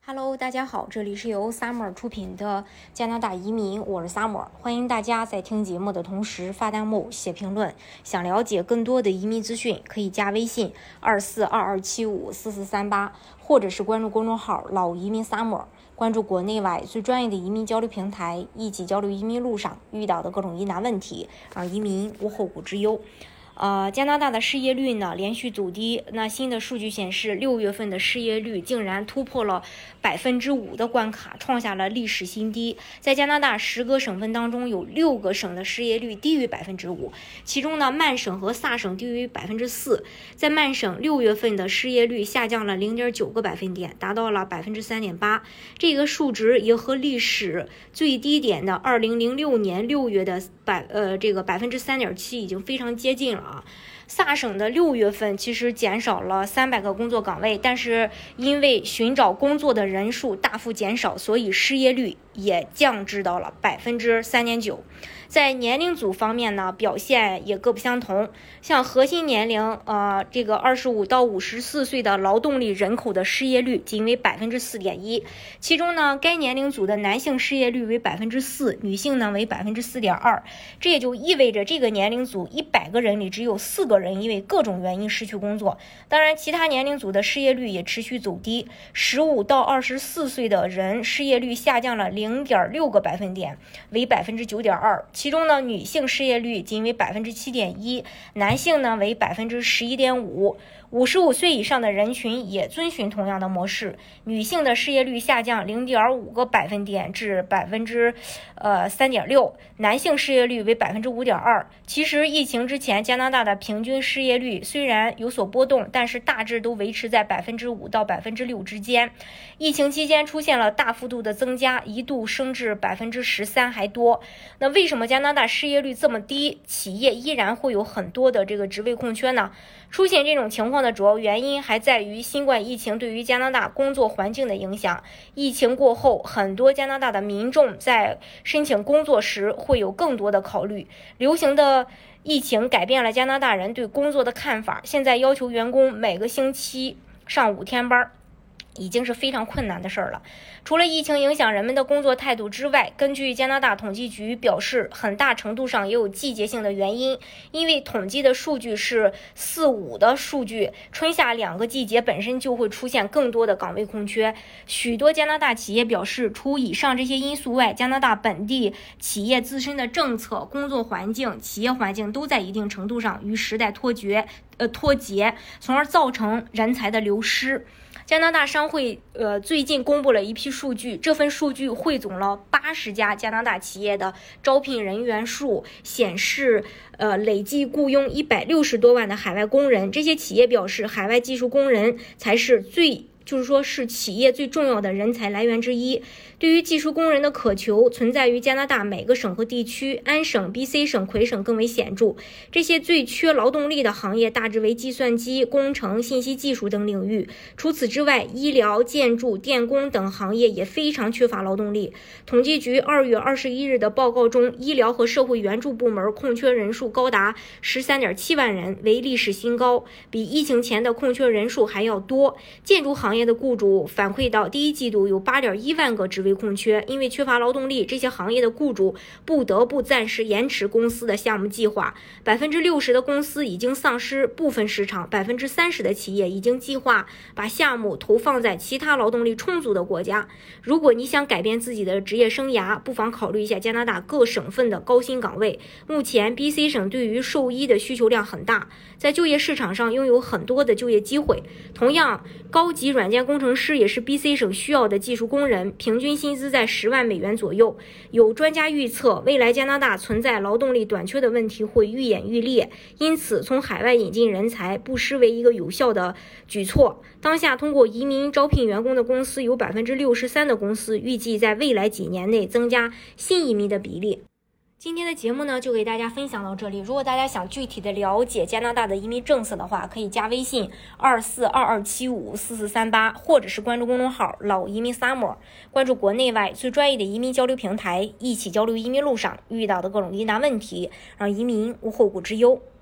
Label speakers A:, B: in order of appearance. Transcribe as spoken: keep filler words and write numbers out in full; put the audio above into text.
A: Hello， 大家好，这里是由 Summer 出品的加拿大移民，我是 Summer， 欢迎大家在听节目的同时发弹幕、写评论。想了解更多的移民资讯，可以加微信二四二二七五四四三八，或者是关注公众号老移民 Summer， 关注国内外最专业的移民交流平台，一起交流移民路上遇到的各种疑难问题，让移民无后顾之忧。呃，加拿大的失业率呢连续走低，那新的数据显示，六月份的失业率竟然突破了百分之五的关卡，创下了历史新低。在加拿大十个省份当中，有六个省的失业率低于百分之五，其中呢，曼省和萨省低于百分之四。在曼省，六月份的失业率下降了零点九个百分点，达到了百分之三点八。这个数值也和历史最低点的二零零六年六月的百呃这个百分之三点七已经非常接近了。啊，萨省的六月份其实减少了三百个工作岗位，但是因为寻找工作的人数大幅减少，所以失业率也降至到了百分之三点九。在年龄组方面呢，表现也各不相同。像核心年龄，呃，这个二十五到五十四岁的劳动力人口的失业率仅为百分之四点一，其中呢，该年龄组的男性失业率为百分之四，女性呢为百分之四点二。这也就意味着这个年龄组一百个人里只有四个人因为各种原因失去工作。当然，其他年龄组的失业率也持续走低，十五到二十四岁的人失业率下降了零点六个百分点，为百分之九点二。其中呢，女性失业率仅为百分之七点一，男性呢为百分之十一点五。五十五岁以上的人群也遵循同样的模式，女性的失业率下降零点五个百分点至百分之呃三点六，男性失业率为百分之五点二。其实疫情之前，加拿大的平均失业率虽然有所波动，但是大致都维持在百分之五到百分之六之间。疫情期间出现了大幅度的增加，一度升至百分之十三还多。那为什么加拿大失业率这么低，企业依然会有很多的这个职位空缺呢？出现这种情况的主要原因还在于新冠疫情对于加拿大工作环境的影响。疫情过后，很多加拿大的民众在申请工作时会有更多的考虑。流行的疫情改变了加拿大人对工作的看法，现在要求员工每个星期上五天班，已经是非常困难的事儿了。除了疫情影响人们的工作态度之外，根据加拿大统计局表示，很大程度上也有季节性的原因。因为统计的数据是四五的数据，春夏两个季节本身就会出现更多的岗位空缺。许多加拿大企业表示，除以上这些因素外，加拿大本地企业自身的政策、工作环境、企业环境都在一定程度上与时代脱节，呃脱节，从而造成人才的流失。加拿大商会呃最近公布了一批数据，这份数据汇总了八十家加拿大企业的招聘人员数，显示呃累计雇佣一百六十多万的海外工人。这些企业表示，海外技术工人才是最就是说是企业最重要的人才来源之一。对于技术工人的渴求存在于加拿大每个省和地区，安省、B C 省、魁省更为显著。这些最缺劳动力的行业大致为计算机、工程、信息技术等领域。除此之外，医疗、建筑、电工等行业也非常缺乏劳动力。统计局二月二十一日的报告中，医疗和社会援助部门空缺人数高达十三点七万人，为历史新高，比疫情前的空缺人数还要多。建筑行业的雇主反馈到，第一季度有 八点一万个职位空缺，因为缺乏劳动力，这些行业的雇主不得不暂时延迟公司的项目计划。百分之六十的公司已经丧失部分市场，百分之三十的企业已经计划把项目投放在其他劳动力充足的国家。如果你想改变自己的职业生涯，不妨考虑一下加拿大各省份的高薪岗位。目前 B C 省对于兽医的需求量很大，在就业市场上拥有很多的就业机会。同样，高级软件工程师也是 B C 省需要的技术工人，平均薪资在十万美元左右。有专家预测，未来加拿大存在劳动力短缺的问题会愈演愈烈，因此从海外引进人才不失为一个有效的举措。当下通过移民招聘员工的公司有 百分之六十三 的公司预计在未来几年内增加新移民的比例。今天的节目呢，就给大家分享到这里。如果大家想具体的了解加拿大的移民政策的话，可以加微信二四二二七五四四三八，或者是关注公众号老移民 Summer， 关注国内外最专业的移民交流平台，一起交流移民路上遇到的各种疑难问题，让移民无后顾之忧。